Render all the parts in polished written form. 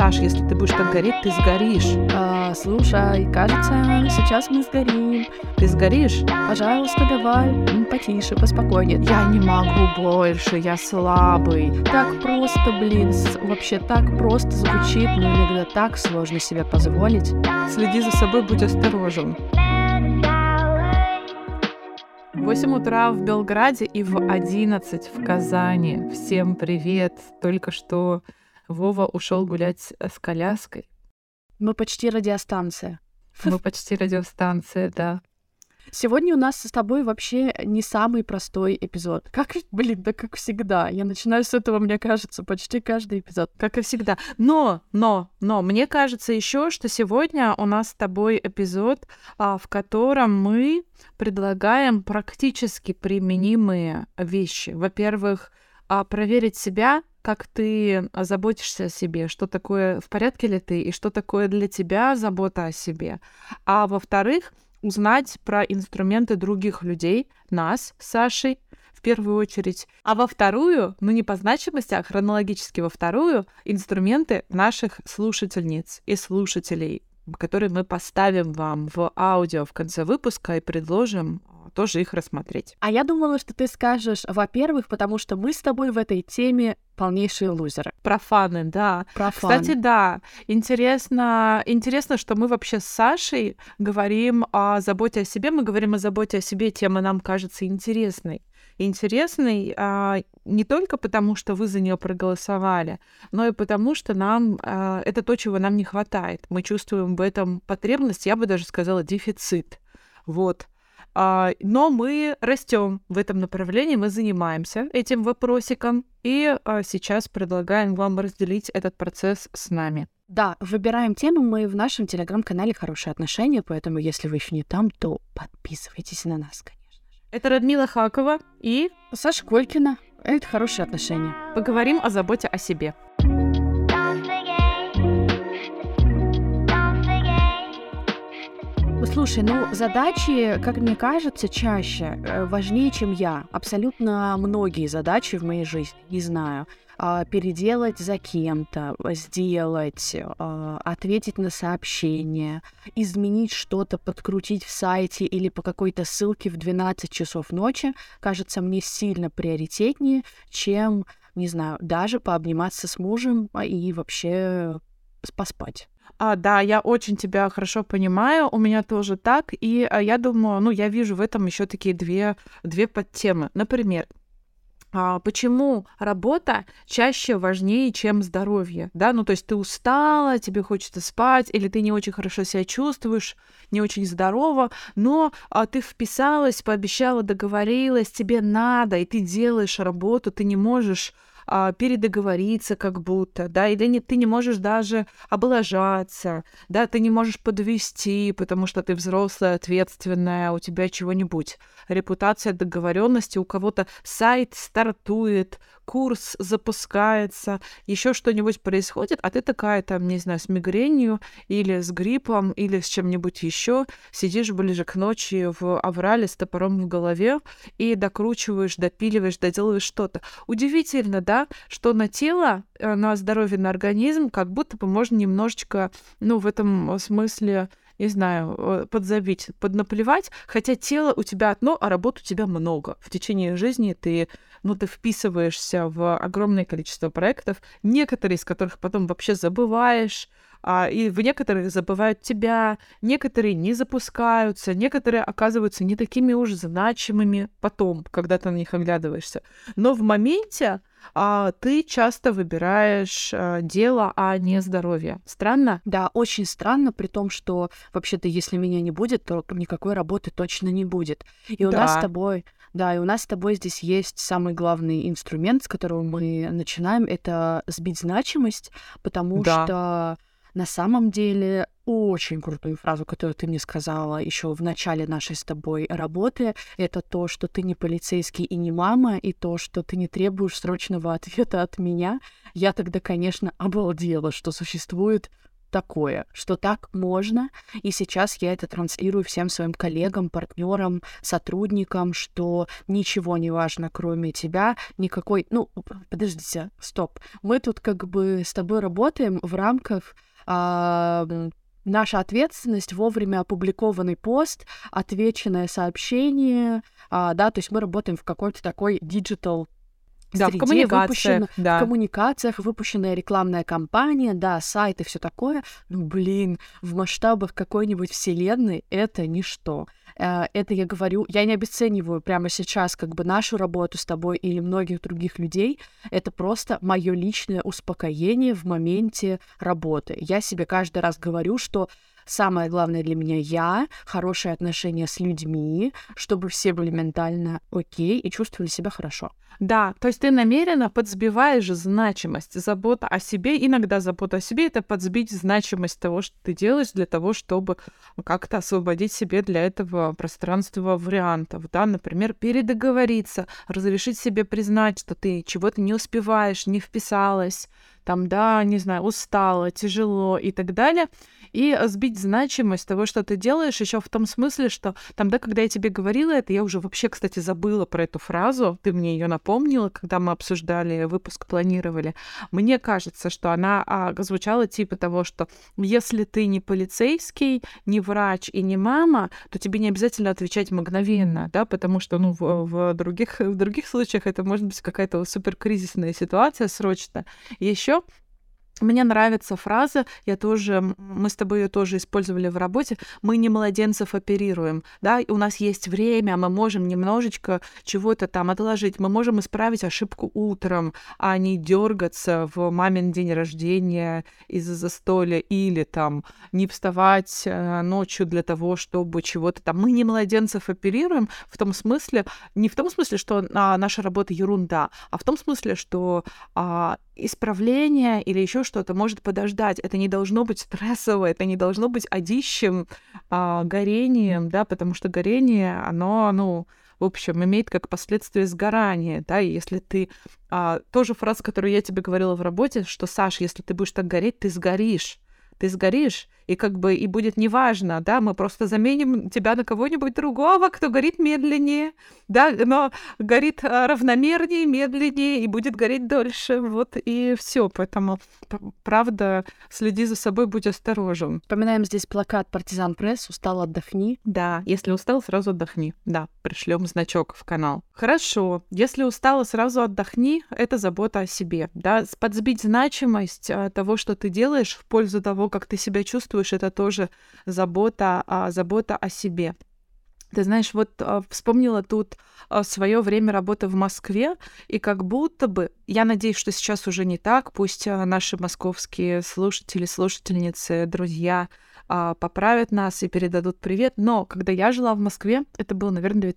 Саш, если ты будешь так гореть, ты сгоришь. Слушай, кажется, сейчас мы сгорим. Ты сгоришь? Пожалуйста, давай потише, поспокойнее. Я не могу больше, я слабый. Так просто, блин, вообще так просто звучит, но иногда так сложно себе позволить. Следи за собой, будь осторожен. 8 утра в Белграде и в 11 в Казани. Всем привет! Только что Вова ушел гулять с коляской. Мы почти радиостанция. Мы почти радиостанция, да. Сегодня у нас с тобой вообще не самый простой эпизод. Как всегда. Я начинаю с этого, мне кажется, почти каждый эпизод. Как и всегда. Но, мне кажется еще, что сегодня у нас с тобой эпизод, в котором мы предлагаем практически применимые вещи. Во-первых, проверить себя, как ты заботишься о себе, что такое, в порядке ли ты, и что такое для тебя забота о себе. А во-вторых, узнать про инструменты других людей, нас с Сашей, в первую очередь. А во вторую, не по значимости, а хронологически во вторую, инструменты наших слушательниц и слушателей, которые мы поставим вам в аудио в конце выпуска и предложим тоже их рассмотреть. А я думала, что ты скажешь, во-первых, потому что мы с тобой в этой теме полнейшие лузеры. Профаны, да. Профаны. Кстати, да, интересно, что мы вообще с Сашей говорим о заботе о себе. Мы говорим о заботе о себе, тема нам кажется интересной. Интересной не только потому, что вы за нее проголосовали, но и потому, что нам это то, чего нам не хватает. Мы чувствуем в этом потребность, я бы даже сказала, дефицит. Вот. Но мы растем в этом направлении, мы занимаемся этим вопросиком, и сейчас предлагаем вам разделить этот процесс с нами. Да, выбираем тему мы в нашем телеграм-канале «Хорошие отношения», поэтому если вы еще не там, то подписывайтесь на нас, конечно же. Это Радмила Хакова и Саша Колькина. Это «Хорошие отношения». Поговорим о заботе о себе. Слушай, задачи, как мне кажется, чаще важнее, чем я. Абсолютно многие задачи в моей жизни, не знаю, переделать за кем-то, сделать, ответить на сообщение, изменить что-то, подкрутить в сайте или по какой-то ссылке в 12 часов ночи, кажется мне сильно приоритетнее, чем, не знаю, даже пообниматься с мужем и вообще поспать. Да, я очень тебя хорошо понимаю, у меня тоже так, и я думаю, я вижу в этом еще такие две подтемы. Например, почему работа чаще важнее, чем здоровье, да? То есть ты устала, тебе хочется спать, или ты не очень хорошо себя чувствуешь, не очень здорово, но ты вписалась, пообещала, договорилась, тебе надо, и ты делаешь работу, ты не можешь передоговориться как будто, да, или ты не можешь даже облажаться, да, ты не можешь подвести, потому что ты взрослая, ответственная, у тебя чего-нибудь, репутация договоренности, у кого-то сайт стартует, курс запускается, еще что-нибудь происходит, а ты такая там, не знаю, с мигренью или с гриппом или с чем-нибудь еще, сидишь ближе к ночи в аврале с топором в голове и докручиваешь, допиливаешь, доделываешь что-то. Удивительно, да, что на тело, на здоровье, на организм как будто бы можно немножечко, в этом смысле, не знаю, подзабить, поднаплевать, хотя тело у тебя одно, а работ у тебя много. В течение жизни ты вписываешься в огромное количество проектов, некоторые из которых потом вообще забываешь, и в некоторых забывают тебя, некоторые не запускаются, некоторые оказываются не такими уж значимыми потом, когда ты на них оглядываешься. Но в моменте ты часто выбираешь дело, а не здоровье. Странно? Да, очень странно, при том, что вообще-то, если меня не будет, то никакой работы точно не будет. И у нас с тобой... Да, и у нас с тобой здесь есть самый главный инструмент, с которого мы начинаем, это сбить значимость, потому что на самом деле очень крутую фразу, которую ты мне сказала еще в начале нашей с тобой работы, это то, что ты не полицейский и не мама, и то, что ты не требуешь срочного ответа от меня. Я тогда, конечно, обалдела, что существует такое, что так можно, и сейчас я это транслирую всем своим коллегам, партнерам, сотрудникам, что ничего не важно, кроме тебя, никакой... Ну, подождите, стоп. Мы тут как бы с тобой работаем в рамках наша ответственность вовремя опубликованный пост, отвеченное сообщение, да, то есть мы работаем в какой-то такой digital Да, в среде, коммуникациях, в да. коммуникациях, выпущенная рекламная кампания, да, сайт и все такое. Ну, блин, в масштабах какой-нибудь вселенной это ничто. Это я говорю, я не обесцениваю прямо сейчас как бы нашу работу с тобой или многих других людей. Это просто мое личное успокоение в моменте работы. Я себе каждый раз говорю, что самое главное для меня хорошие отношения с людьми, чтобы все были ментально окей и чувствовали себя хорошо. Да, то есть ты намеренно подсбиваешь значимость. Забота о себе, иногда забота о себе — это подсбить значимость того, что ты делаешь, для того, чтобы как-то освободить себе для этого пространство вариантов, да, например, передоговориться, разрешить себе признать, что ты чего-то не успеваешь, не вписалась, там, да, не знаю, устала, тяжело и так далее, и сбить значимость того, что ты делаешь, еще в том смысле, что там, да, когда я тебе говорила это, я уже вообще, кстати, забыла про эту фразу, ты мне ее напомнила, когда мы обсуждали выпуск, планировали. Мне кажется, что она звучала типа того, что если ты не полицейский, не врач и не мама, то тебе не обязательно отвечать мгновенно, да, потому что, ну, в других случаях это может быть какая-то суперкризисная ситуация срочно. Еще мне нравится фраза, мы с тобой ее тоже использовали в работе, мы не младенцев оперируем, да, у нас есть время, мы можем немножечко чего-то там отложить, мы можем исправить ошибку утром, а не дергаться в мамин день рождения из-за застолья или там не вставать ночью для того, чтобы чего-то там. Мы не младенцев оперируем в том смысле, не в том смысле, что наша работа ерунда, а в том смысле, что исправление или еще что-то может подождать. Это не должно быть стрессово, это не должно быть адищем, горением, да, потому что горение, оно, ну, в общем, имеет как последствие сгорание, да, и если ты... тоже фраза, которую я тебе говорила в работе, что, Саш, если ты будешь так гореть, ты сгоришь, и как бы и будет неважно, да, мы просто заменим тебя на кого-нибудь другого, кто горит медленнее, да, но горит равномернее, медленнее и будет гореть дольше, вот и все. Поэтому, правда, следи за собой, будь осторожен. Вспоминаем здесь плакат «Партизан Пресс», «Устал, отдохни». Да, если устал, сразу отдохни. Да, пришлем значок в канал. Хорошо, если устала, сразу отдохни, это забота о себе, да, подсбить значимость того, что ты делаешь в пользу того, как ты себя чувствуешь, это тоже забота о себе. Ты знаешь, вот вспомнила тут свое время работы в Москве, и как будто бы, я надеюсь, что сейчас уже не так, пусть наши московские слушатели, слушательницы, друзья поправят нас и передадут привет, но когда я жила в Москве, это был, наверное,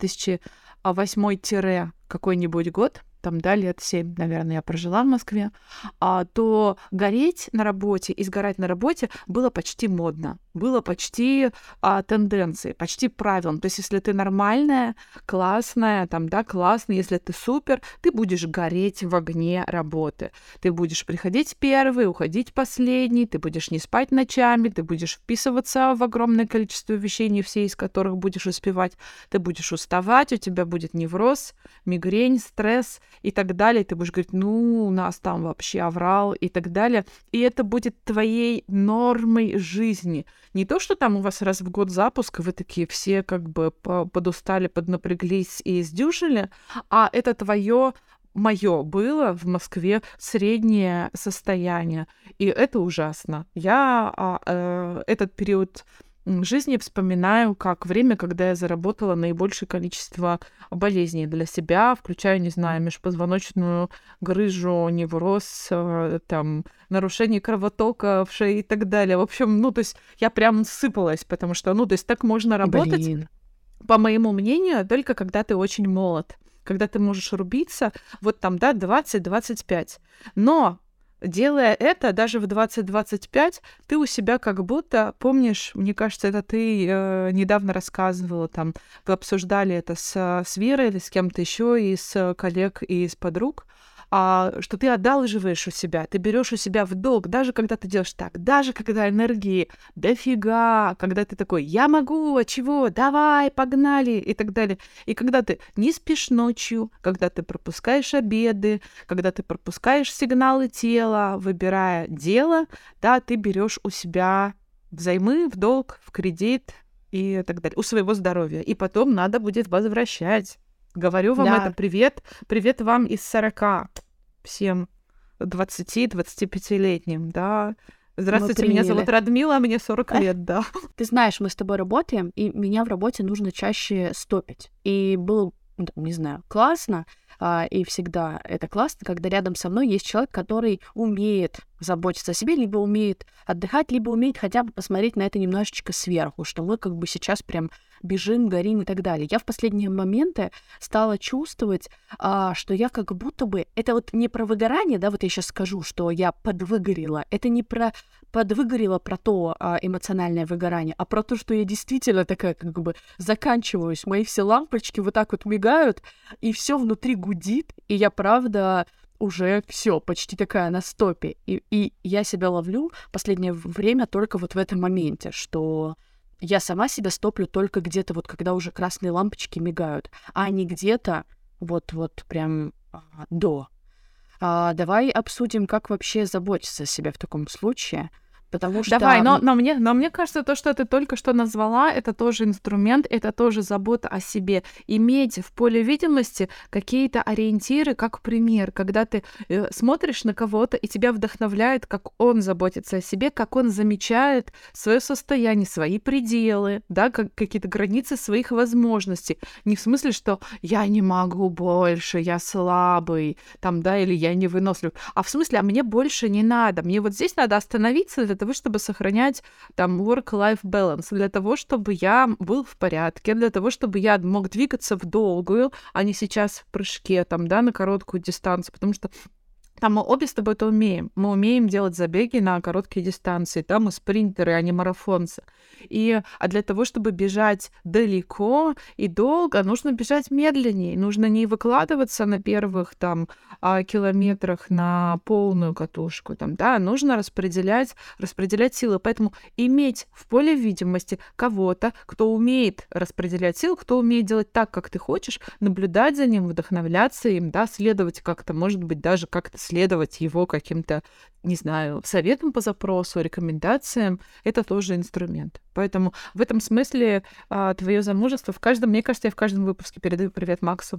2008 какой-нибудь год, там, да, лет 7, наверное, я прожила в Москве, то гореть на работе и сгорать на работе было почти модно, было почти тенденцией, почти правилом. То есть если ты нормальная, классная, там, да, классная, если ты супер, ты будешь гореть в огне работы. Ты будешь приходить первый, уходить последний, ты будешь не спать ночами, ты будешь вписываться в огромное количество вещей, не все из которых будешь успевать. Ты будешь уставать, у тебя будет невроз, мигрень, стресс и так далее. Ты будешь говорить, ну, у нас там вообще аврал и так далее. И это будет твоей нормой жизни. Не то, что там у вас раз в год запуск, и вы такие все как бы подустали, поднапряглись и издюжили, а это моё было в Москве среднее состояние. И это ужасно. Я этот период жизни вспоминаю как время, когда я заработала наибольшее количество болезней для себя, включая, не знаю, межпозвоночную грыжу, невроз, там, нарушение кровотока в шее и так далее. В общем, ну, то есть я прям сыпалась, потому что, ну, то есть так можно работать, по моему мнению, только когда ты очень молод, когда ты можешь рубиться, вот там, да, 20-25. Но делая это, даже в 20-25, ты у себя как будто, помнишь, мне кажется, это ты недавно рассказывала, там, вы обсуждали это с Верой или с кем-то еще из коллег и из подруг, что ты одалживаешь у себя, ты берешь у себя в долг, даже когда ты делаешь так, даже когда энергии дофига, когда ты такой, я могу, а чего, давай, погнали, и так далее. И когда ты не спишь ночью, когда ты пропускаешь обеды, когда ты пропускаешь сигналы тела, выбирая дело, да, ты берешь у себя взаймы, в долг, в кредит и так далее, у своего здоровья. И потом надо будет возвращать. Говорю вам это, Да, привет вам из 40, всем 20-25-летним, да. мы Здравствуйте, меня зовут приняли. Радмила, мне 40 лет, да. Ты знаешь, мы с тобой работаем, и меня в работе нужно чаще стопить. И было, ну, там, не знаю, классно, и всегда это классно, когда рядом со мной есть человек, который умеет заботиться о себе, либо умеет отдыхать, либо умеет хотя бы посмотреть на это немножечко сверху, что мы как бы сейчас прям бежим, горим и так далее. Я в последние моменты стала чувствовать, что я как будто бы... Это вот не про выгорание, да, вот я сейчас скажу, что я подвыгорела. Это не про подвыгорела про то эмоциональное выгорание, а про то, что я действительно такая как бы заканчиваюсь. Мои все лампочки вот так вот мигают, и все внутри гудит, и я правда уже все почти такая на стопе. И я себя ловлю в последнее время только вот в этом моменте, что я сама себя стоплю только где-то вот когда уже красные лампочки мигают, а не где-то вот прям до. Давай обсудим, как вообще заботиться о себе в таком случае, потому что... Давай, но мне кажется, то, что ты только что назвала, это тоже инструмент, это тоже забота о себе. Иметь в поле видимости какие-то ориентиры, как пример, когда ты смотришь на кого-то, и тебя вдохновляет, как он заботится о себе, как он замечает свое состояние, свои пределы, да, как, какие-то границы своих возможностей. Не в смысле, что я не могу больше, я слабый, там, да, или я не вынослив, а в смысле, а мне больше не надо, мне вот здесь надо остановиться для того, чтобы сохранять там work-life balance, для того, чтобы я был в порядке, для того, чтобы я мог двигаться в долгую, а не сейчас в прыжке, там, да, на короткую дистанцию, потому что там мы обе с тобой это умеем. Мы умеем делать забеги на короткие дистанции. Там мы спринтеры, а не марафонцы. А для того, чтобы бежать далеко и долго, нужно бежать медленнее. Нужно не выкладываться на первых там километрах на полную катушку. Там, да, нужно распределять силы. Поэтому иметь в поле видимости кого-то, кто умеет распределять силы, кто умеет делать так, как ты хочешь, наблюдать за ним, вдохновляться им, да, следовать как-то, может быть, даже как-то следовать его каким-то, не знаю, советам по запросу, рекомендациям, это тоже инструмент. Поэтому в этом смысле твое замужество мне кажется, я в каждом выпуске передаю привет Максу.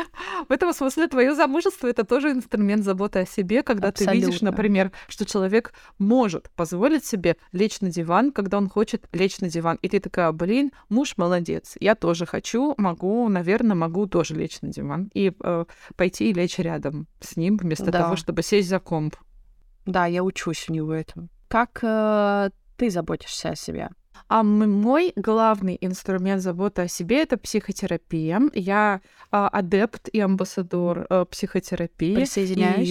В этом смысле твое замужество — это тоже инструмент заботы о себе, когда ты видишь, например, что человек может позволить себе лечь на диван, когда он хочет лечь на диван. И ты такая, блин, муж молодец, я тоже хочу, наверное, могу тоже лечь на диван и пойти и лечь рядом с ним, вместо того, чтобы сесть за комп. Да, я учусь у него этому. Как ты заботишься о себе? Мой главный инструмент заботы о себе — это психотерапия. Я адепт и амбассадор психотерапии. Присоединяюсь.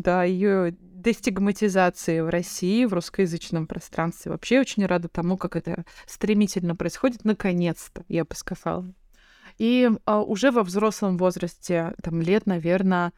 Ее дестигматизации в России, в русскоязычном пространстве. Вообще очень рада тому, как это стремительно происходит. Наконец-то, я бы сказала. И уже во взрослом возрасте, там лет, наверное,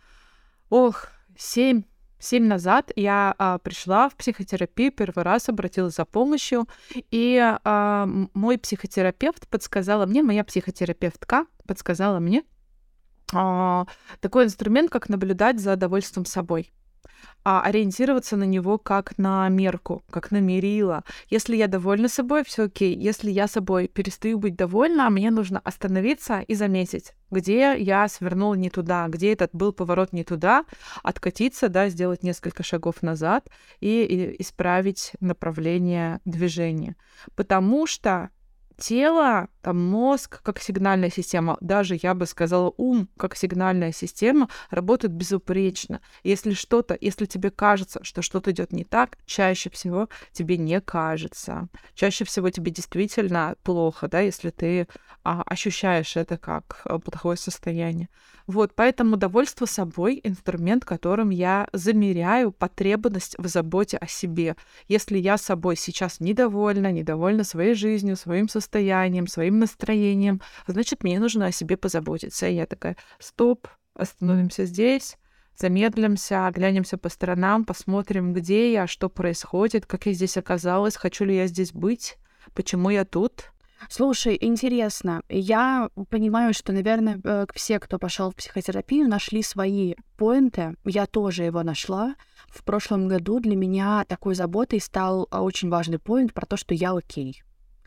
7 назад я пришла в психотерапию, первый раз обратилась за помощью, и мой психотерапевт подсказала мне, моя психотерапевтка подсказала мне такой инструмент, как наблюдать за довольством собой. Ориентироваться на него как на мерку, как на мерило. Если я довольна собой, все окей. Если я собой перестаю быть довольна, мне нужно остановиться и заметить, где я свернула не туда, где этот был поворот не туда, откатиться, да, сделать несколько шагов назад и исправить направление движения. Потому что тело, там мозг как сигнальная система, даже я бы сказала ум как сигнальная система работает безупречно. Если тебе кажется, что что-то идет не так, чаще всего тебе не кажется. Чаще всего тебе действительно плохо, да, если ты ощущаешь это как плохое состояние. Вот, поэтому довольство собой — инструмент, которым я замеряю потребность в заботе о себе. Если я собой сейчас недовольна своей жизнью, своим состоянием, своим настроением, значит, мне нужно о себе позаботиться. И я такая, стоп, остановимся здесь, замедлимся, оглянемся по сторонам, посмотрим, где я, что происходит, как я здесь оказалась, хочу ли я здесь быть, почему я тут. Слушай, интересно. Я понимаю, что, наверное, все, кто пошел в психотерапию, нашли свои поинты. Я тоже его нашла. В прошлом году для меня такой заботой стал очень важный поинт про то, что я окей.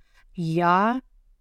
Я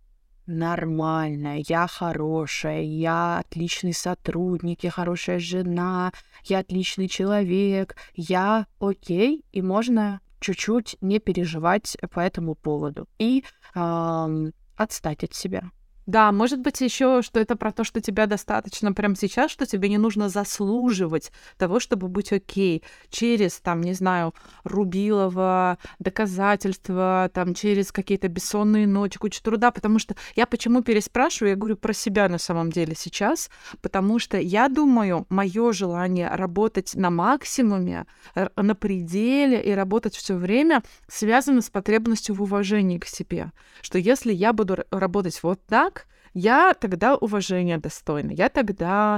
нормальная, я хорошая, я отличный сотрудник, я хорошая жена, я отличный человек, я окей, и можно чуть-чуть не переживать по этому поводу и отстать от себя. Да, может быть, еще, что это про то, что тебя достаточно прямо сейчас, что тебе не нужно заслуживать того, чтобы быть окей. Через, там, не знаю, рубилово, доказательства, там, через какие-то бессонные ночи, кучу труда. Потому что я почему переспрашиваю, я говорю про себя на самом деле сейчас, потому что я думаю, мое желание работать на максимуме, на пределе и работать все время связано с потребностью в уважении к себе. Что если я буду работать вот так, я тогда уважения достойна, я тогда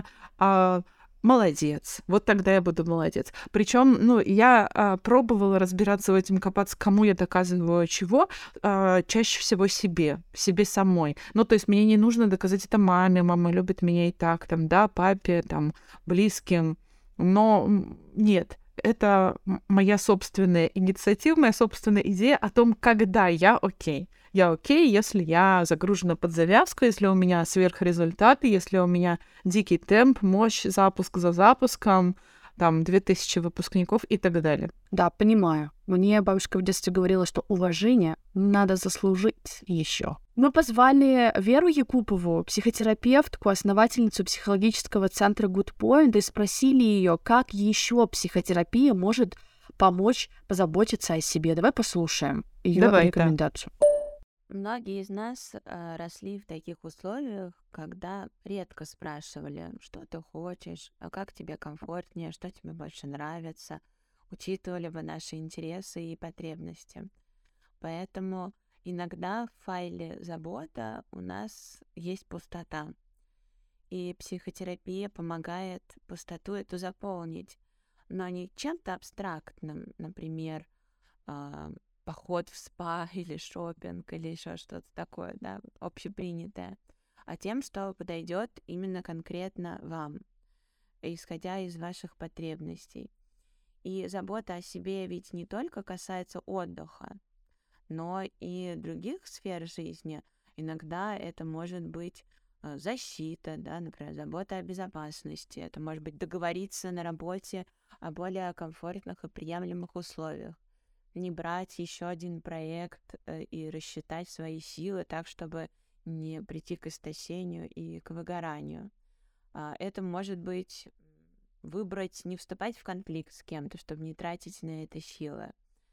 молодец, вот тогда я буду молодец. Причем, я пробовала разбираться в этом, копаться, кому я доказываю чего, чаще всего себе самой. То есть мне не нужно доказать это маме, мама любит меня и так, там, да, папе, там, близким, но нет. Это моя собственная инициатива, моя собственная идея о том, когда я окей. Я окей, если я загружена под завязку, если у меня сверхрезультаты, если у меня дикий темп, мощь, запуск за запуском, там, 2000 выпускников и так далее. Да, понимаю. Мне бабушка в детстве говорила, что уважение надо заслужить еще. Мы позвали Веру Якупову, психотерапевтку, основательницу психологического центра Good Point, и спросили ее, как еще психотерапия может помочь позаботиться о себе. Давай послушаем ее рекомендацию. Многие из нас росли в таких условиях, когда редко спрашивали, что ты хочешь, а как тебе комфортнее, что тебе больше нравится, учитывали бы наши интересы и потребности. Поэтому иногда в файле «Забота» у нас есть пустота, и психотерапия помогает пустоту эту заполнить, но не чем-то абстрактным, например, поход в спа или шопинг или еще что-то такое, да, общепринятое, а тем, что подойдет именно конкретно вам, исходя из ваших потребностей. И забота о себе ведь не только касается отдыха, но и других сфер жизни. Иногда это может быть защита, да, например, забота о безопасности. Это может быть договориться на работе о более комфортных и приемлемых условиях. Не брать еще один проект и рассчитать свои силы так, чтобы не прийти к истощению и к выгоранию. Это может быть выбрать не вступать в конфликт с кем-то, чтобы не тратить на это силы.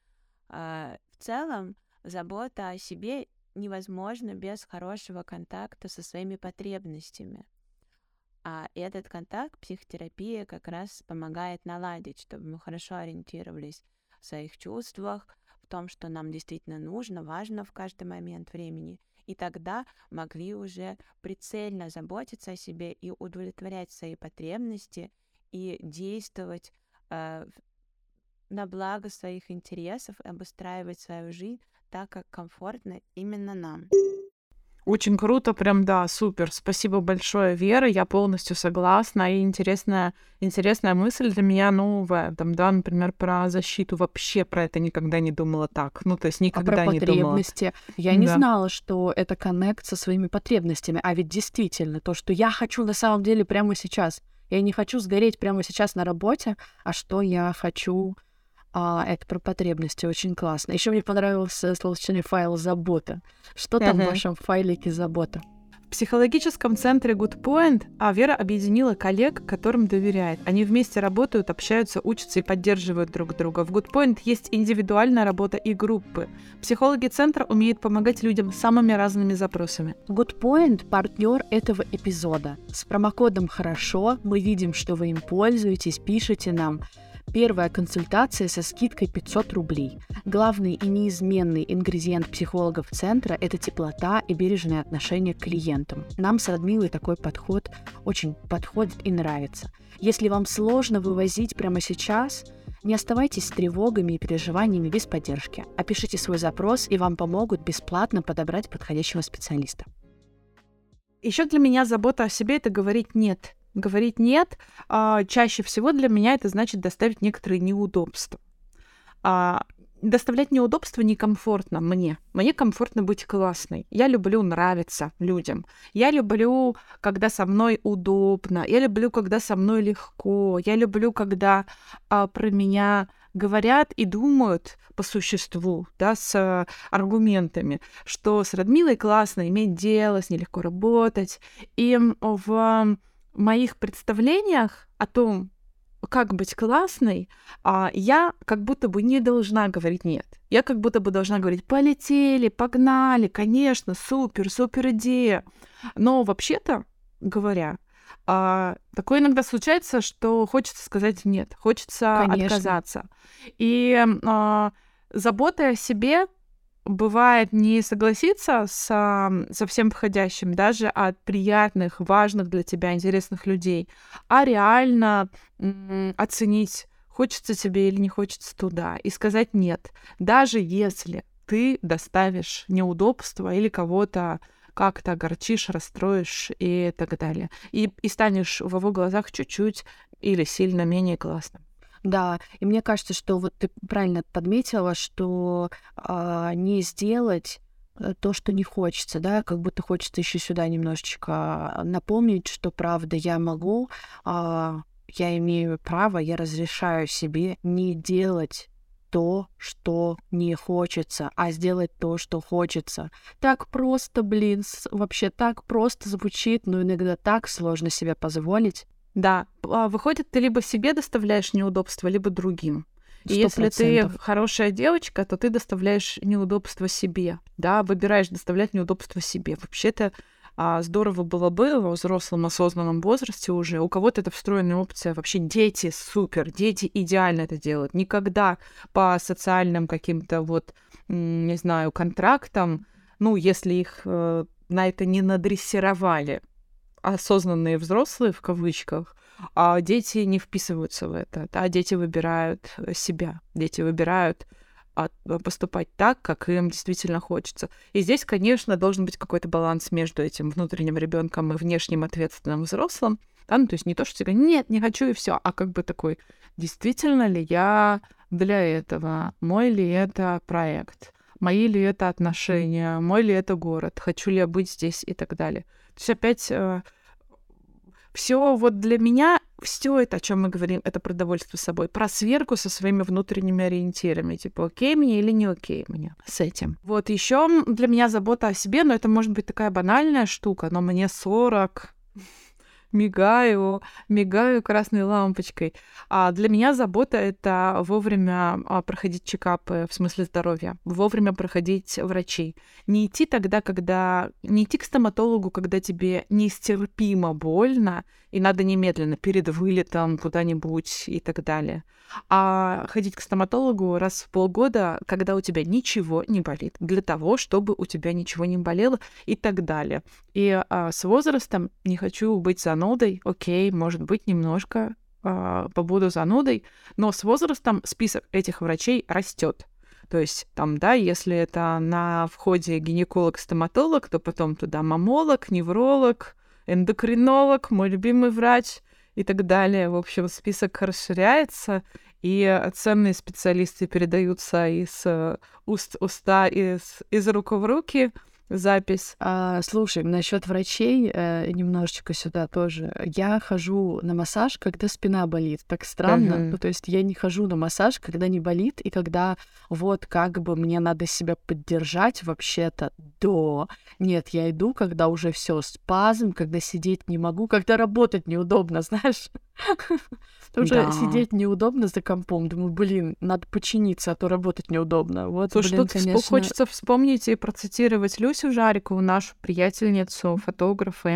В целом, забота о себе невозможна без хорошего контакта со своими потребностями. А этот контакт психотерапия как раз помогает наладить, чтобы мы хорошо ориентировались в своих чувствах, в том, что нам действительно нужно, важно в каждый момент времени. И тогда могли уже прицельно заботиться о себе и удовлетворять свои потребности и действовать на благо своих интересов, обустраивать свою жизнь так, как комфортно именно нам. Очень круто, прям, да, супер. Спасибо большое, Вера, я полностью согласна. И интересная мысль для меня новая. Там, да, например, про защиту. Вообще про это никогда не думала так. То есть никогда не думала. А про потребности? Я не знала, что это коннект со своими потребностями. А ведь действительно, то, что я хочу на самом деле прямо сейчас. Я не хочу сгореть прямо сейчас на работе, а что я хочу... это про потребности, очень классно. Еще мне понравился словосочетание файл «Забота». Что там в вашем файлике «Забота»? В психологическом центре Good Point Вера объединила коллег, которым доверяет. Они вместе работают, общаются, учатся и поддерживают друг друга. В Good Point есть индивидуальная работа и группы. Психологи центра умеют помогать людям с самыми разными запросами. Good Point — партнер этого эпизода. С промокодом «Хорошо» мы видим, что вы им пользуетесь, пишите нам. Первая консультация со скидкой 500 рублей. Главный и неизменный ингредиент психологов центра – это теплота и бережное отношение к клиентам. Нам с Радмилой такой подход очень подходит и нравится. Если вам сложно вывозить прямо сейчас, не оставайтесь с тревогами и переживаниями без поддержки. Опишите свой запрос, и вам помогут бесплатно подобрать подходящего специалиста. Еще для меня забота о себе — это говорить «нет». Говорить «нет» чаще всего для меня это значит доставить некоторые неудобства. Доставлять неудобства некомфортно мне. Мне комфортно быть классной. Я люблю нравиться людям. Я люблю, когда со мной удобно. Я люблю, когда со мной легко. Я люблю, когда про меня говорят и думают по существу, да, с аргументами, что с Радмилой классно иметь дело, с ней легко работать. И в моих представлениях о том, как быть классной, я как будто бы не должна говорить «нет». Я как будто бы должна говорить «полетели, погнали, конечно, супер, супер идея». Но вообще-то говоря, такое иногда случается, что хочется сказать «нет», хочется отказаться. И забота о себе бывает не согласиться со всем входящим, даже от приятных, важных для тебя, интересных людей, а реально оценить, хочется тебе или не хочется туда, и сказать «нет», даже если ты доставишь неудобства или кого-то как-то огорчишь, расстроишь и так далее. И станешь в его глазах чуть-чуть или сильно менее классным. Да, и мне кажется, что вот ты правильно подметила, что не сделать то, что не хочется, да, как будто хочется еще сюда немножечко напомнить, что правда я могу, я имею право, я разрешаю себе не делать то, что не хочется, а сделать то, что хочется. Так просто, блин, вообще так просто звучит, но иногда так сложно себе позволить. Да, выходит, ты либо себе доставляешь неудобства, либо другим. И 100%. Если ты хорошая девочка, то ты доставляешь неудобства себе, да, выбираешь доставлять неудобства себе. Вообще-то здорово было бы во взрослом осознанном возрасте уже. У кого-то это встроенная опция. Вообще дети супер, дети идеально это делают. Никогда по социальным каким-то вот, не знаю, контрактам, ну, если их на это не надрессировали осознанные взрослые, в кавычках, а дети не вписываются в это. Да? Дети выбирают себя. Дети выбирают поступать так, как им действительно хочется. И здесь, конечно, должен быть какой-то баланс между этим внутренним ребенком и внешним ответственным взрослым. Да? Ну, то есть не то, что тебе нет, не хочу и все, а как бы такой, действительно ли я для этого? Мой ли это проект? Мои ли это отношения? Мой ли это город? Хочу ли я быть здесь и так далее? То есть опять все вот для меня, все это, о чем мы говорим, это про довольство собой, про сверку со своими внутренними ориентирами, типа окей мне или не окей мне с этим. Вот еще для меня забота о себе, но это может быть такая банальная штука, но мне 40, мигаю красной лампочкой. А для меня забота — это вовремя проходить чекапы в смысле здоровья, вовремя проходить врачей. Не идти к стоматологу, когда тебе нестерпимо больно, и надо немедленно перед вылетом куда-нибудь и так далее. А ходить к стоматологу раз в полгода, когда у тебя ничего не болит, для того, чтобы у тебя ничего не болело и так далее. И с возрастом не хочу быть занудой, окей, может быть, немножко побуду занудой, но с возрастом список этих врачей растет. То есть там, да, если это на входе гинеколог-стоматолог, то потом туда мамолог, невролог, эндокринолог, мой любимый врач и так далее. В общем, список расширяется, и ценные специалисты передаются из уст в уста, из рук в руки. Запись. Слушай, насчет врачей немножечко сюда тоже. Я хожу на массаж, когда спина болит. Так странно. Ну, то есть я не хожу на массаж, когда не болит, и когда вот как бы мне надо себя поддержать вообще-то до. Нет, я иду, когда уже все спазм, когда сидеть не могу, когда работать неудобно, знаешь. Тоже Да. сидеть неудобно за компом. Думаю, блин, надо починиться, а то работать неудобно. Вот, Слушай, блин, тут конечно. хочется вспомнить и процитировать Люсю Жарикову, нашу приятельницу, фотографа,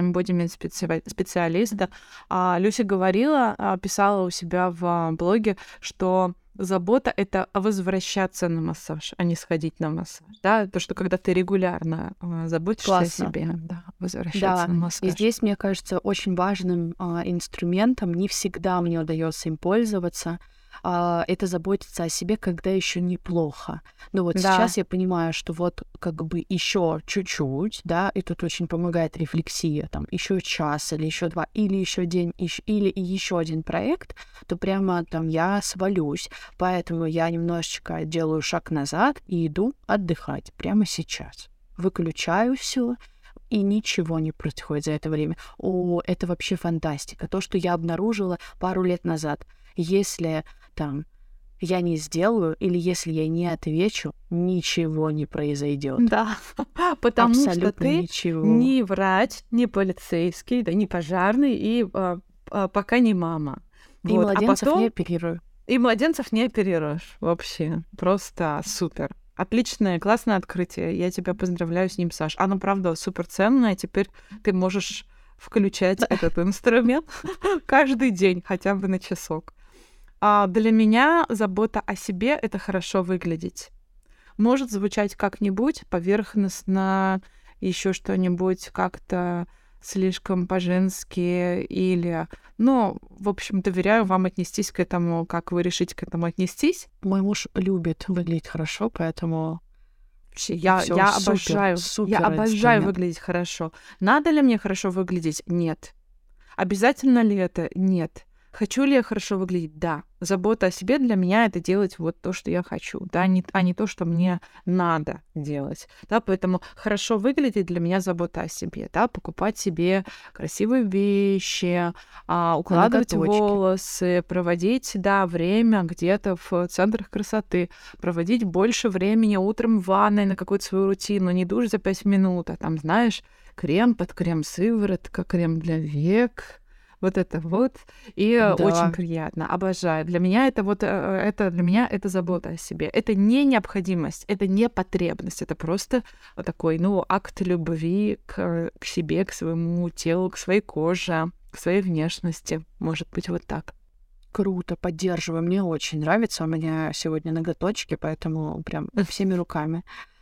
специалиста. Люся говорила, писала у себя в блоге, что забота — это возвращаться на массаж, а не сходить на массаж. Да, то, что когда ты регулярно заботишься Классно. о себе, да, возвращаться Да, на и массаж. здесь, мне кажется, очень важным инструментом, не всегда мне удается им пользоваться, это заботиться о себе, когда еще неплохо. Но вот Да. сейчас я понимаю, что вот как бы еще чуть-чуть, да, и тут очень помогает рефлексия, там еще час или еще два, или еще день, или еще один проект, то прямо там я свалюсь. Поэтому я немножечко делаю шаг назад и иду отдыхать прямо сейчас. Выключаю все, и ничего не происходит за это время. Это вообще фантастика. То, что я обнаружила пару лет назад. Если там я не сделаю или если я не отвечу, ничего не произойдет. Да, потому что Абсолютно ты ничего. не врач, не полицейский, да, не пожарный и пока не мама. И Вот. младенцев потом не оперирую. и младенцев не оперируешь вообще. Просто супер. Отличное, классное открытие. Я тебя поздравляю с ним, Саш. Оно, правда, супер ценное. Теперь ты можешь включать этот инструмент каждый день, хотя бы на часок. Для меня забота о себе — это хорошо выглядеть. Может звучать как-нибудь поверхностно, еще что-нибудь как-то слишком по-женски или... Ну, в общем, доверяю вам отнестись к этому, как вы решите к этому отнестись. Мой муж любит выглядеть хорошо, поэтому Вообще, я всё, обожаю, супер я обожаю инструмент. выглядеть хорошо. Надо ли мне хорошо выглядеть? Нет. Обязательно ли это? Нет. Хочу ли я хорошо выглядеть? Да. Забота о себе для меня — это делать вот то, что я хочу, да, а не то, что мне надо делать. Да, поэтому хорошо выглядеть для меня забота о себе, да, покупать себе красивые вещи, укладывать ноготочки. волосы, проводить, да, время где-то в центрах красоты, проводить больше времени утром в ванной на какую-то свою рутину, не душ за 5 минут, а там, знаешь, крем под крем, сыворотка, крем для век. Вот это вот. И очень Да. приятно. Обожаю. Для меня это для меня это забота о себе. Это не необходимость, это не потребность. Это просто вот такой, акт любви к себе, к своему телу, к своей коже, к своей внешности. Может быть, вот так. Круто, поддерживаю. Мне очень нравится. У меня сегодня ноготочки, поэтому прям всеми руками.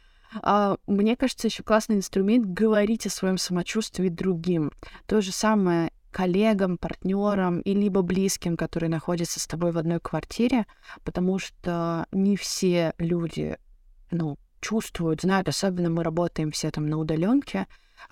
Мне кажется, еще классный инструмент — говорить о своем самочувствии другим. То же самое коллегам, партнерам и либо близким, которые находятся с тобой в одной квартире, потому что не все люди, чувствуют, знают, особенно мы работаем все там на удаленке,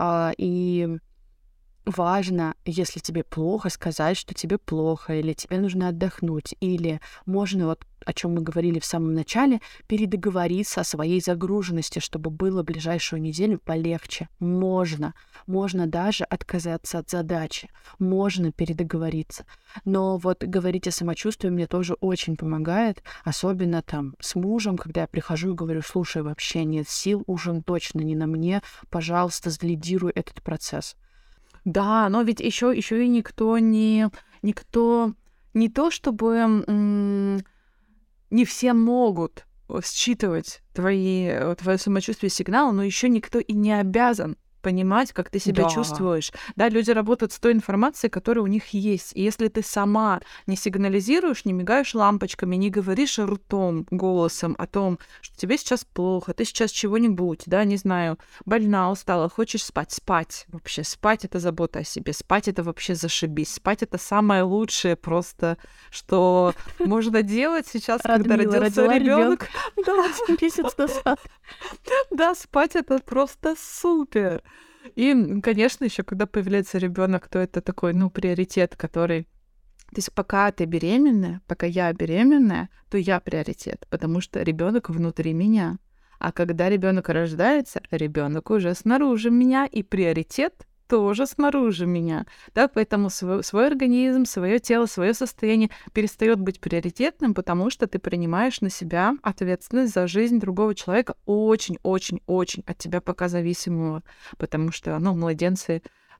и важно, если тебе плохо, сказать, что тебе плохо, или тебе нужно отдохнуть, или можно, вот о чем мы говорили в самом начале, передоговориться о своей загруженности, чтобы было ближайшую неделю полегче. Можно даже отказаться от задачи, можно передоговориться. Но вот говорить о самочувствии мне тоже очень помогает, особенно там с мужем, когда я прихожу и говорю: слушай, вообще нет сил, ужин точно не на мне, пожалуйста, залидируй этот процесс. Да, но ведь еще и никто не то чтобы не все могут считывать твое самочувствие, сигналы, но еще никто и не обязан понимать, как ты себя Да. чувствуешь. Да, люди работают с той информацией, которая у них есть. И если ты сама не сигнализируешь, не мигаешь лампочками, не говоришь ртом, голосом о том, что тебе сейчас плохо, ты сейчас чего-нибудь, да, не знаю, больна, устала, хочешь спать. Спать. Вообще, спать — это забота о себе. Спать — это вообще зашибись. Спать — это самое лучшее просто, что можно делать сейчас, когда Радмила родился родила ребенок. Да, месяц назад. да, спать — это просто супер. И, конечно, еще когда появляется ребенок, то это такой, приоритет, который... То есть пока ты беременная, пока я беременная, то я приоритет, потому что ребенок внутри меня. А когда ребенок рождается, ребенок уже снаружи меня, и приоритет тоже снаружи меня. Да, поэтому свой организм, свое тело, свое состояние перестает быть приоритетным, потому что ты принимаешь на себя ответственность за жизнь другого человека, очень-очень-очень от тебя пока зависимого, потому что, младенцы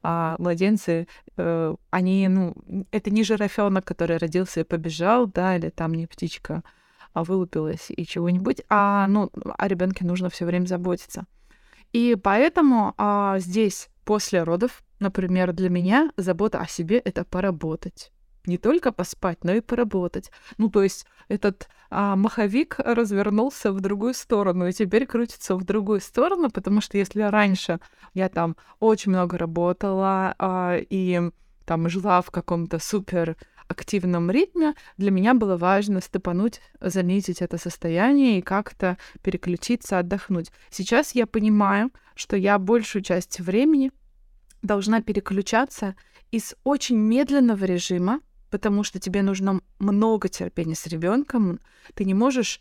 младенцы, они, это не жирафёнок, который родился и побежал, да, или там не птичка вылупилась и чего-нибудь, о ребенке нужно все время заботиться. И поэтому здесь после родов, например, для меня забота о себе — это поработать. Не только поспать, но и поработать. То есть этот маховик развернулся в другую сторону и теперь крутится в другую сторону, потому что если раньше я там очень много работала и там жила в каком-то супер активном ритме, для меня было важно степануть, заметить это состояние и как-то переключиться, отдохнуть. Сейчас я понимаю, что я большую часть времени должна переключаться из очень медленного режима, потому что тебе нужно много терпения с ребенком. Ты не можешь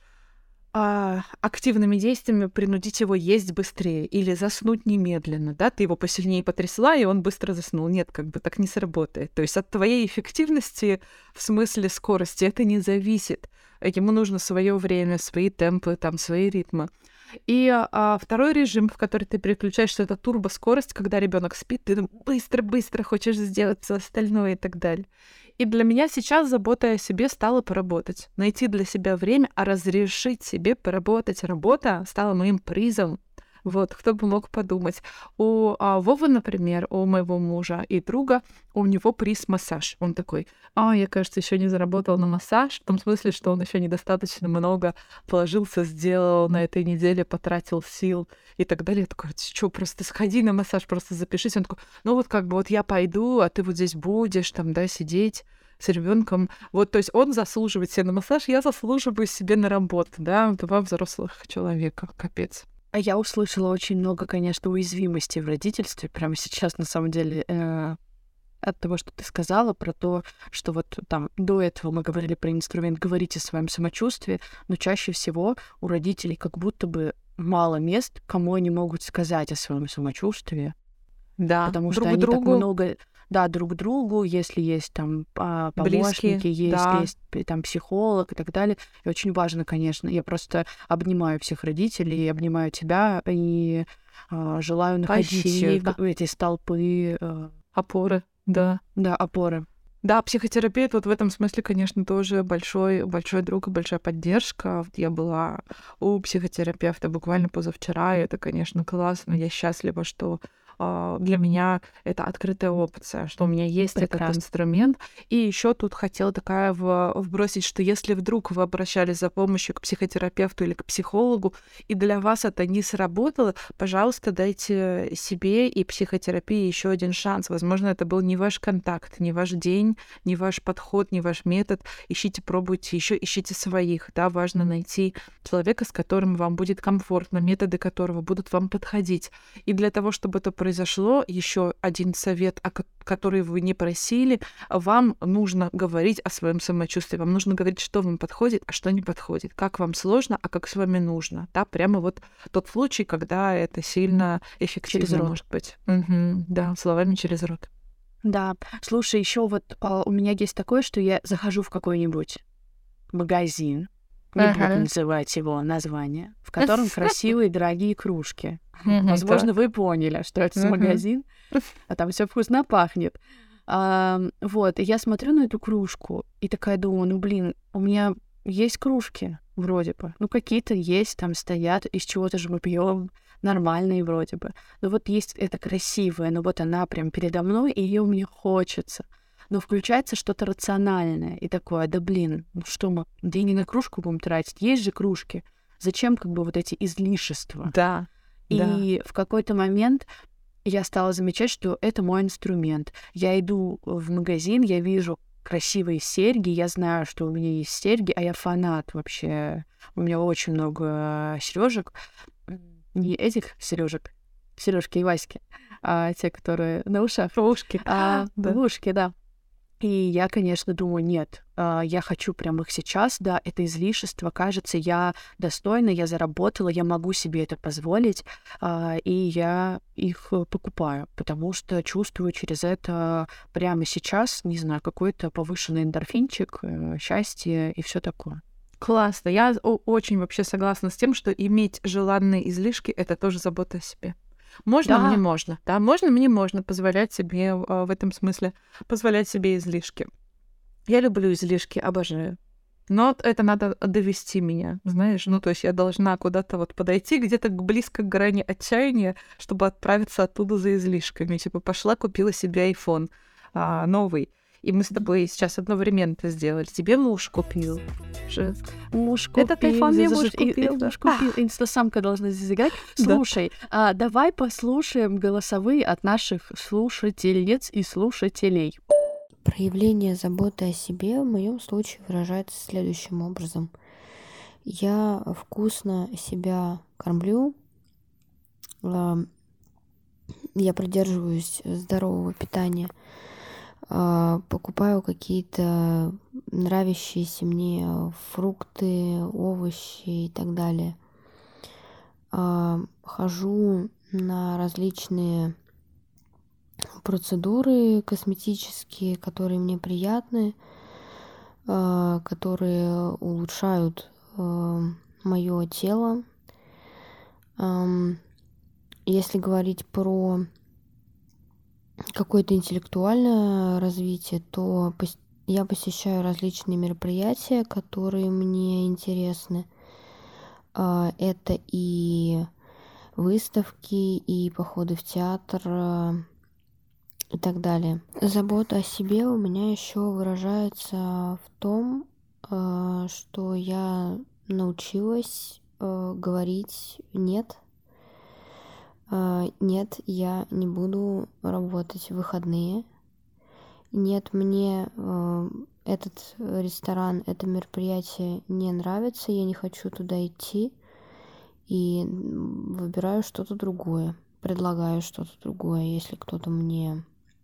активными действиями принудить его есть быстрее или заснуть немедленно, да? Ты его посильнее потрясла, и он быстро заснул. Нет, так не сработает. То есть от твоей эффективности, в смысле скорости, это не зависит. Ему нужно свое время, свои темпы, свои ритмы. И второй режим, в который ты переключаешься, это турбоскорость, когда ребенок спит, ты быстро-быстро хочешь сделать все остальное и так далее. И для меня сейчас забота о себе стала поработать. Найти для себя время, разрешить себе поработать. Работа стала моим призом. Кто бы мог подумать. У Вовы, например, у моего мужа и друга, у него приз массаж. Он такой: я, кажется, еще не заработал на массаж, в том смысле, что он еще недостаточно много положился, сделал на этой неделе, потратил сил и так далее. Я такой: что, просто сходи на массаж, просто запишись. Он такой: я пойду, а ты здесь будешь, сидеть с ребенком. То есть он заслуживает себе на массаж, я заслуживаю себе на работу, да, два взрослых человека, капец. А я услышала очень много, конечно, уязвимости в родительстве прямо сейчас, на самом деле, от того, что ты сказала, про то, что до этого мы говорили про инструмент «говорить о своем самочувствии», но чаще всего у родителей как будто бы мало мест, кому они могут сказать о своем самочувствии. Да, потому что они так много... Да, друг другу, если есть помощники, если есть там психолог и так далее. И очень важно, конечно. Я просто обнимаю всех родителей, обнимаю тебя и желаю находить эти столпы. Опоры, да. Да, опоры. Да, психотерапевт в этом смысле, конечно, тоже большой друг и большая поддержка. Я была у психотерапевта буквально позавчера, и это, конечно, классно. Я счастлива, что для меня это открытая опция, что у меня есть этот инструмент. И еще тут хотела вбросить, что если вдруг вы обращались за помощью к психотерапевту или к психологу, и для вас это не сработало, пожалуйста, дайте себе и психотерапии еще один шанс. Возможно, это был не ваш контакт, не ваш день, не ваш подход, не ваш метод. Ищите, пробуйте, еще ищите своих. Да, важно найти человека, с которым вам будет комфортно, методы которого будут вам подходить. И для того, чтобы это произошло, еще один совет, который вы не просили, вам нужно говорить о своем самочувствии, вам нужно говорить, что вам подходит, а что не подходит, как вам сложно, а как с вами нужно. Да, прямо тот случай, когда это сильно эффективно может быть. Да, словами через рот. Да, слушай, еще у меня есть такое, что я захожу в какой-нибудь магазин, не буду называть его название, в котором красивые дорогие кружки. Возможно, вы поняли, что это за магазин, а там все вкусно пахнет. И я смотрю на эту кружку и такая думаю, у меня есть кружки вроде бы. Какие-то есть, там стоят, из чего-то же мы пьем, нормальные вроде бы. Но есть это красивое, но она прям передо мной, и ее мне хочется. Но включается что-то рациональное и такое: что мы деньги на кружку будем тратить? Есть же кружки. Зачем эти излишества? Да. И в какой-то момент я стала замечать, что это мой инструмент. Я иду в магазин, я вижу красивые серьги, я знаю, что у меня есть серьги, а я фанат вообще. У меня очень много сережек. Не этих сережек, сережки и Васьки, а те, которые на ушах. Ушки. Ушки, да. И я, конечно, думаю, нет, я хочу прям их сейчас, да, это излишество, кажется, я достойна, я заработала, я могу себе это позволить, и я их покупаю, потому что чувствую через это прямо сейчас, не знаю, какой-то повышенный эндорфинчик, счастье и все такое. Классно. Я очень вообще согласна с тем, что иметь желанные излишки — это тоже забота о себе. Можно, мне Да, можно, да, можно, мне можно позволять себе в этом смысле, позволять себе излишки. Я люблю излишки, обожаю. Но это надо довести меня, знаешь. Ну, то есть я должна куда-то вот подойти, где-то близко к грани отчаяния, чтобы отправиться оттуда за излишками. Типа пошла, купила себе iPhone новый. И мы с тобой сейчас одновременно это сделали. Тебе муж купил. Же. муж Этот купил, iPhone мне это муж же и купил, да. муж купил, инстасамка должна здесь играть. Да. Слушай, давай послушаем голосовые от наших слушательниц и слушателей. Проявление заботы о себе в моем случае выражается следующим образом. Я вкусно себя кормлю, я придерживаюсь здорового питания, покупаю какие-то нравящиеся мне фрукты, овощи и так далее. Хожу на различные процедуры косметические, которые мне приятны, которые улучшают мое тело. Если говорить про какое-то интеллектуальное развитие, то я посещаю различные мероприятия, которые мне интересны. Это и выставки, и походы в театр, и так далее. Забота о себе у меня еще выражается в том, что я научилась говорить «нет». Нет, я не буду работать в выходные. Нет, мне этот ресторан, это мероприятие не нравится, я не хочу туда идти. И выбираю что-то другое, предлагаю что-то другое, если кто-то меня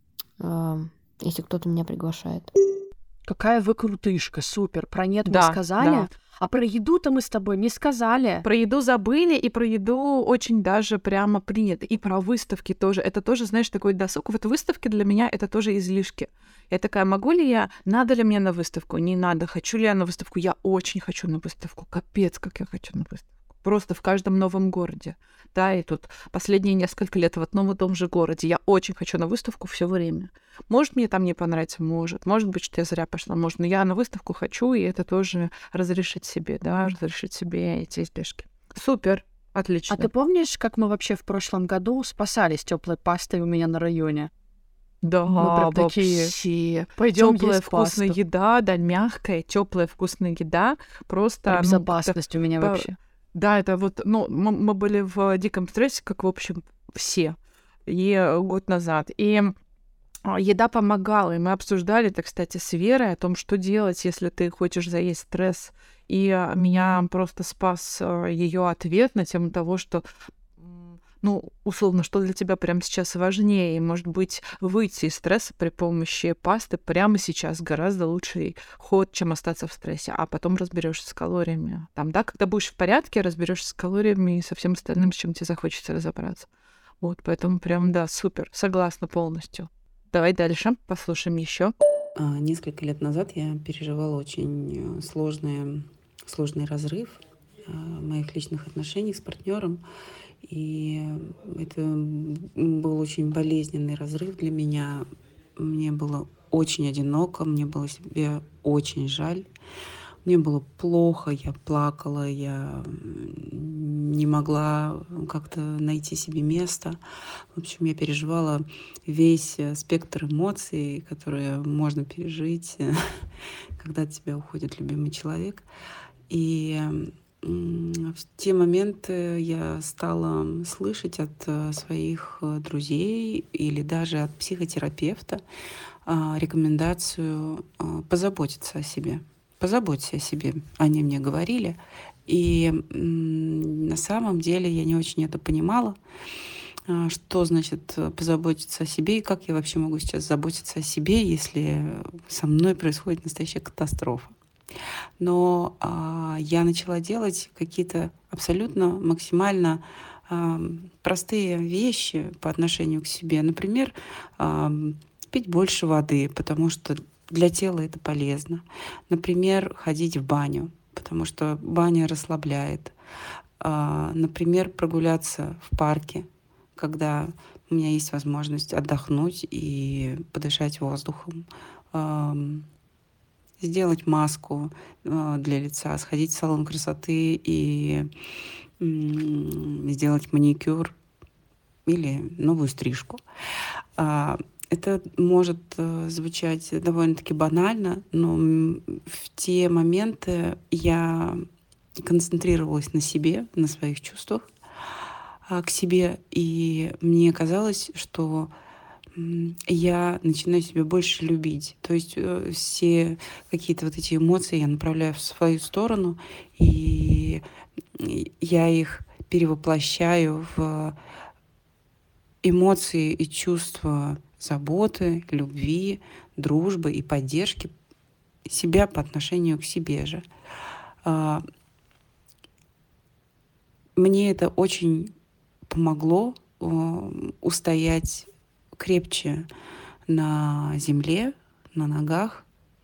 приглашает. Какая вы крутышка, супер. Про нет мы Да, сказали, да. а про еду-то мы с тобой не сказали. Про еду забыли, и про еду очень даже прямо принято. И про выставки тоже. Это тоже, знаешь, такой досуг. Вот выставки для меня это тоже излишки. Я такая, могу ли я, надо ли мне на выставку? Не надо. Хочу ли я на выставку? Я очень хочу на выставку. Капец, как я хочу на выставку. Просто в каждом новом городе. Да, и тут последние несколько лет в одном и том же городе. Я очень хочу на выставку все время. Может, мне там не понравится, может. Может быть, что я зря пошла, может. Но я на выставку хочу, и это тоже разрешить себе, да, разрешить себе эти излишки. Супер, А отлично. ты помнишь, как мы вообще в прошлом году спасались теплой пастой у меня на районе? Да, Мы прям такие, вообще. пойдем Теплая есть вкусная пасту. еда, да, мягкая, теплая вкусная еда. Просто, Про ну, как-то безопасность у меня по- вообще. Да, это вот, ну, мы были в диком стрессе, как, в общем, все, и год назад. И еда помогала, и мы обсуждали это, кстати, с Верой о том, что делать, если ты хочешь заесть стресс. И меня просто спас ее ответ на тему того, что, ну, условно, что для тебя прямо сейчас важнее. И, может быть, выйти из стресса при помощи пасты прямо сейчас гораздо лучший ход, чем остаться в стрессе. А потом разберешься с калориями. Там, да, когда будешь в порядке, разберешься с калориями и со всем остальным, с чем тебе захочется разобраться. Вот, поэтому прям, да, супер, согласна полностью. Давай дальше, послушаем еще. Несколько лет назад я переживала очень сложный разрыв моих личных отношений с партнером. И это был очень болезненный разрыв для меня. Мне было очень одиноко, мне было себе очень жаль. Мне было плохо, я плакала, я не могла как-то найти себе место. В общем, я переживала весь спектр эмоций, которые можно пережить, когда от тебя уходит любимый человек. И в те моменты я стала слышать от своих друзей или даже от психотерапевта рекомендацию позаботиться о себе. Позаботься о себе, они мне говорили. И на самом деле я не очень это понимала, что значит позаботиться о себе и как я вообще могу сейчас заботиться о себе, если со мной происходит настоящая катастрофа. Но я начала делать какие-то абсолютно максимально простые вещи по отношению к себе. Например, пить больше воды, потому что для тела это полезно. Например, ходить в баню, потому что баня расслабляет. Например, прогуляться в парке, когда у меня есть возможность отдохнуть и подышать воздухом, сделать маску для лица, сходить в салон красоты и сделать маникюр или новую стрижку. Это может звучать довольно-таки банально, но в те моменты я концентрировалась на себе, на своих чувствах к себе, и мне казалось, что я начинаю себя больше любить. То есть все какие-то вот эти эмоции я направляю в свою сторону, и я их перевоплощаю в эмоции и чувства заботы, любви, дружбы и поддержки себя по отношению к себе же. Мне это очень помогло устоять крепче на земле, на ногах.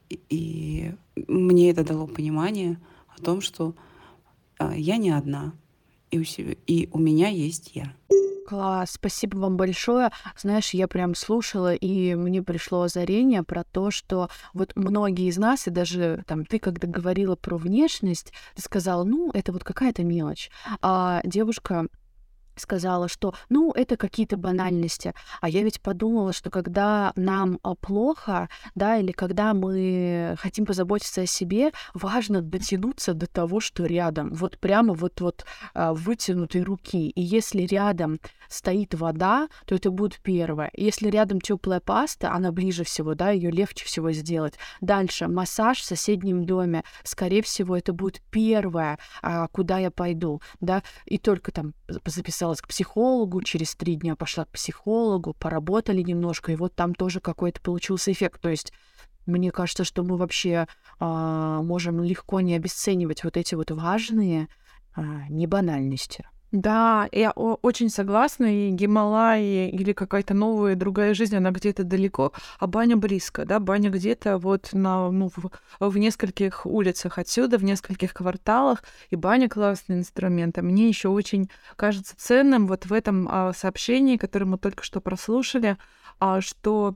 И мне это дало понимание о том, что я не одна, и у меня есть я. Класс, спасибо вам большое. Знаешь, я прям слушала, и мне пришло озарение про то, что вот многие из нас, и даже там ты, когда говорила про внешность, ты сказала, ну, это вот какая-то мелочь. А девушка сказала, что, ну, это какие-то банальности. А я ведь подумала, что когда нам плохо, да, или когда мы хотим позаботиться о себе, важно дотянуться до того, что рядом. Вот прямо вот вытянутой руки. И если рядом стоит вода, то это будет первое. Если рядом теплая паста, она ближе всего, да, ее легче всего сделать. Дальше массаж в соседнем доме. Скорее всего, это будет первое, куда я пойду, да, и только там записалась к психологу, через 3 дня пошла к психологу, поработали немножко, и вот там тоже какой-то получился эффект. То есть мне кажется, что мы вообще можем легко не обесценивать вот эти вот важные небанальности. Да, я очень согласна, и Гималаи или какая-то новая другая жизнь, она где-то далеко, а баня близко, да, баня где-то вот в нескольких улицах отсюда, в нескольких кварталах, и баня классный инструмент. А мне еще очень кажется ценным вот в этом сообщении, которое мы только что прослушали, что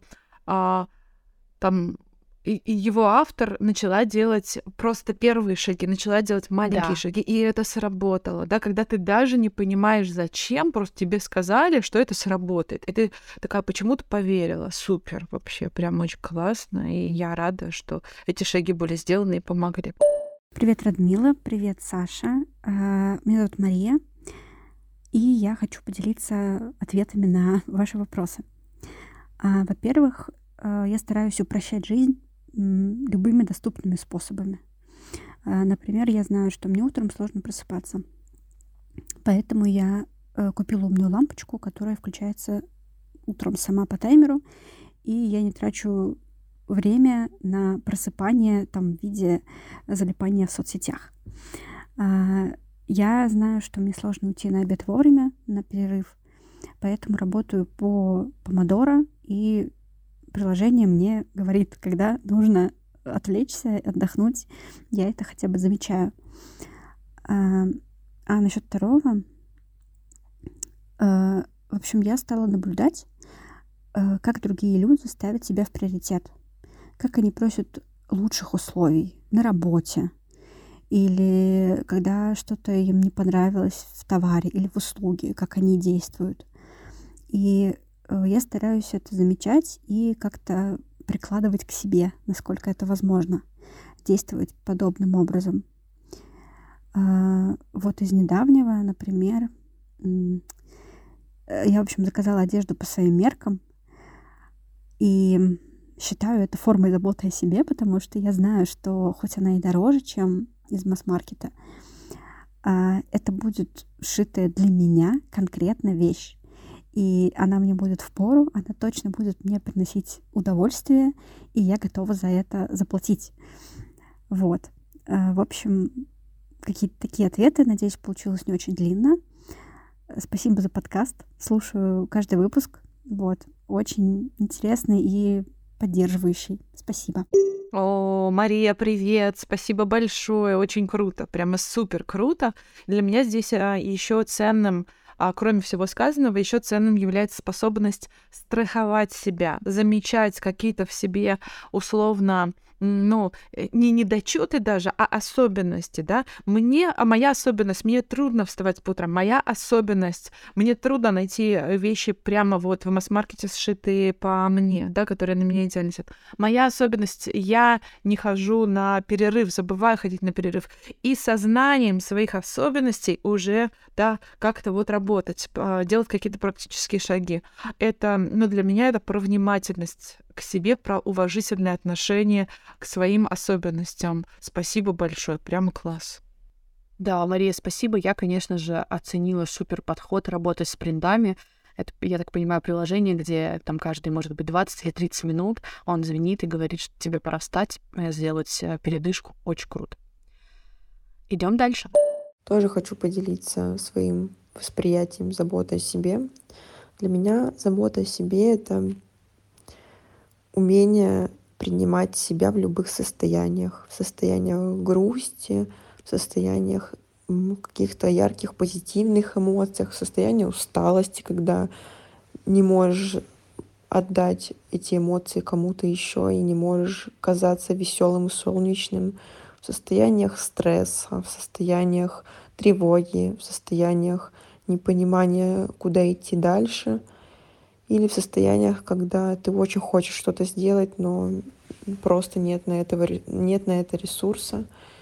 там и его автор начала делать просто первые шаги, начала делать маленькие шаги, и это сработало, да, когда ты даже не понимаешь, зачем, просто тебе сказали, что это сработает, и ты такая почему-то поверила. Супер, вообще, прям очень классно, и я рада, что эти шаги были сделаны и помогли. Привет, Радмила, привет, Саша. Меня зовут Мария, и я хочу поделиться ответами на ваши вопросы. Во-первых, я стараюсь упрощать жизнь любыми доступными способами. Например, я знаю, что мне утром сложно просыпаться. Поэтому я купила умную лампочку, которая включается утром сама по таймеру, и я не трачу время на просыпание там, в виде залипания в соцсетях. Я знаю, что мне сложно уйти на обед вовремя, на перерыв, поэтому работаю по помодоро, и приложение мне говорит, когда нужно отвлечься, отдохнуть. Я это хотя бы замечаю. А насчет второго, в общем, я стала наблюдать, как другие люди ставят себя в приоритет, как они просят лучших условий на работе, или когда что-то им не понравилось в товаре или в услуге, как они действуют. И я стараюсь это замечать и как-то прикладывать к себе, насколько это возможно, действовать подобным образом. Вот из недавнего, например, я, в общем, заказала одежду по своим меркам и считаю это формой заботы о себе, потому что я знаю, что хоть она и дороже, чем из масс-маркета, это будет сшитая для меня конкретно вещь. И она мне будет впору, она точно будет мне приносить удовольствие, и я готова за это заплатить. Вот. В общем, какие-то такие ответы. Надеюсь, получилось не очень длинно. Спасибо за подкаст. Слушаю каждый выпуск. Вот. Очень интересный и поддерживающий. Спасибо. О, Мария, привет! Спасибо большое, очень круто, прямо супер круто. Для меня здесь еще ценным кроме всего сказанного, еще ценным является способность страховать себя, замечать какие-то в себе условно не недочеты даже, а особенности, да. Моя особенность, мне трудно вставать по утрам, моя особенность, мне трудно найти вещи прямо вот в масс-маркете, сшитые по мне, да, которые на меня идеально сидят. Моя особенность, я не хожу на перерыв, забываю ходить на перерыв. И сознанием своих особенностей уже, да, как-то вот работать, делать какие-то практические шаги. Это, для меня это про внимательность к себе, про уважительное отношение к своим особенностям. Спасибо большое, прямо класс. Да, Мария, спасибо. Я, конечно же, оценила супер подход работать с спринтами. Это, я так понимаю, приложение, где там каждый, может быть, 20 или 30 минут он звонит и говорит, что тебе пора встать, сделать передышку. Очень круто. Идем дальше. Тоже хочу поделиться своим восприятием заботы о себе. Для меня забота о себе — это умение принимать себя в любых состояниях. В состояниях грусти, в состояниях каких-то ярких позитивных эмоциях, в состоянии усталости, когда не можешь отдать эти эмоции кому-то еще и не можешь казаться веселым и солнечным, в состояниях стресса, в состояниях тревоги, в состояниях непонимания, куда идти дальше, или в состояниях, когда ты очень хочешь что-то сделать, но просто нет на это ресурса.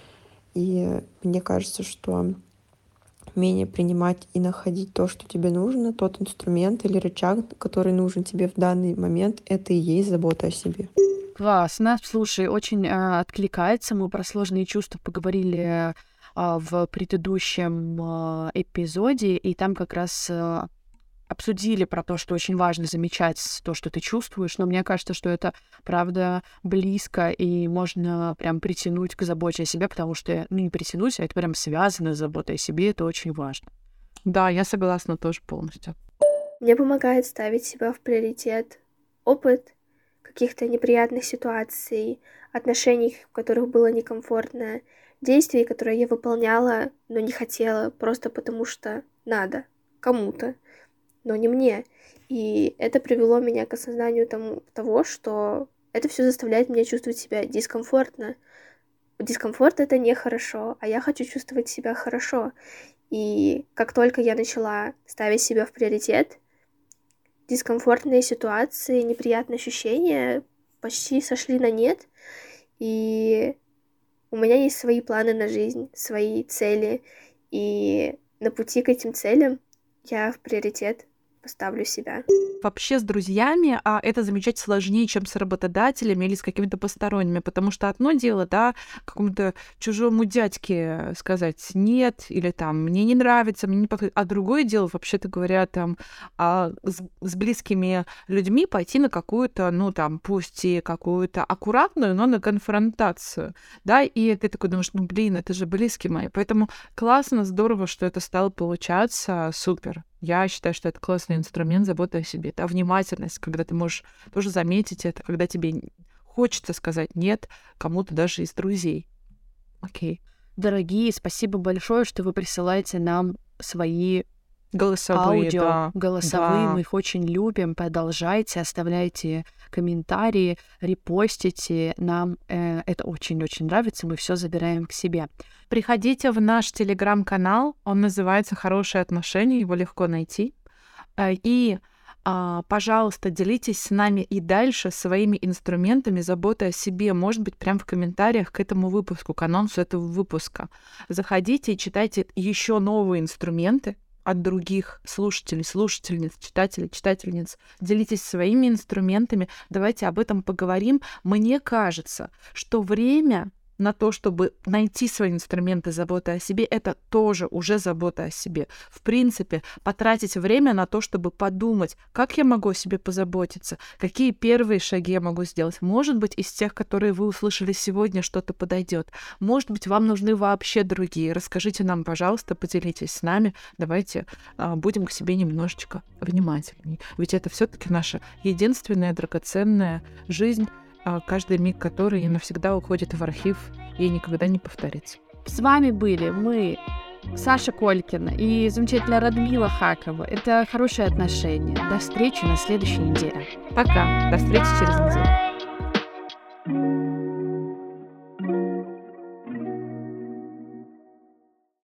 И мне кажется, что умение принимать и находить то, что тебе нужно, тот инструмент или рычаг, который нужен тебе в данный момент, это и есть забота о себе. Классно. Слушай, очень откликается. Мы про сложные чувства поговорили в предыдущем эпизоде, и там как раз обсудили про то, что очень важно замечать то, что ты чувствуешь, но мне кажется, что это, правда, близко, и можно прям притянуть к заботе о себе, потому что, не притянуть, а это прям связано с заботой о себе, это очень важно. Да, я согласна тоже полностью. Мне помогает ставить себя в приоритет опыт каких-то неприятных ситуаций, отношений, в которых было некомфортно, действий, которые я выполняла, но не хотела, просто потому что надо кому-то, но не мне. И это привело меня к осознанию того, что это все заставляет меня чувствовать себя дискомфортно. Дискомфорт — это нехорошо, а я хочу чувствовать себя хорошо. И как только я начала ставить себя в приоритет, дискомфортные ситуации, неприятные ощущения почти сошли на нет. И у меня есть свои планы на жизнь, свои цели. И на пути к этим целям я в приоритет поставлю себя. Вообще с друзьями это замечать сложнее, чем с работодателями или с какими-то посторонними, потому что одно дело, да, какому-то чужому дядьке сказать «нет» или там «мне не нравится», «мне не подходит», а другое дело, вообще-то говоря, там с близкими людьми пойти на какую-то, пусть и какую-то аккуратную, но на конфронтацию, да, и ты такой думаешь, это же близкие мои, поэтому классно, здорово, что это стало получаться, супер. Я считаю, что это классный инструмент заботы о себе. Это внимательность, когда ты можешь тоже заметить это, когда тебе хочется сказать «нет» кому-то даже из друзей. Окей. Дорогие, спасибо большое, что вы присылаете нам свои голосовые, аудио, голосовые. Мы их очень любим. Продолжайте, оставляйте комментарии, репостите. Нам это очень-очень нравится. Мы все забираем к себе. Приходите в наш телеграм-канал. Он называется «Хорошие отношения». Его легко найти. И, пожалуйста, делитесь с нами и дальше своими инструментами заботы о себе. Может быть, прямо в комментариях к этому выпуску, к анонсу этого выпуска. Заходите и читайте еще новые инструменты от других слушателей, слушательниц, читателей, читательниц. Делитесь своими инструментами. Давайте об этом поговорим. Мне кажется, что время на то, чтобы найти свои инструменты заботы о себе, это тоже уже забота о себе. В принципе, потратить время на то, чтобы подумать, как я могу о себе позаботиться, какие первые шаги я могу сделать. Может быть, из тех, которые вы услышали сегодня, что-то подойдет. Может быть, вам нужны вообще другие. Расскажите нам, пожалуйста, поделитесь с нами. Давайте будем к себе немножечко внимательнее. Ведь это все-таки наша единственная драгоценная жизнь, каждый миг которой навсегда уходит в архив и никогда не повторится. С вами были мы, Саша Колькина и замечательная Радмила Хакова. Это хорошие отношения. До встречи на следующей неделе. Пока. До встречи через неделю.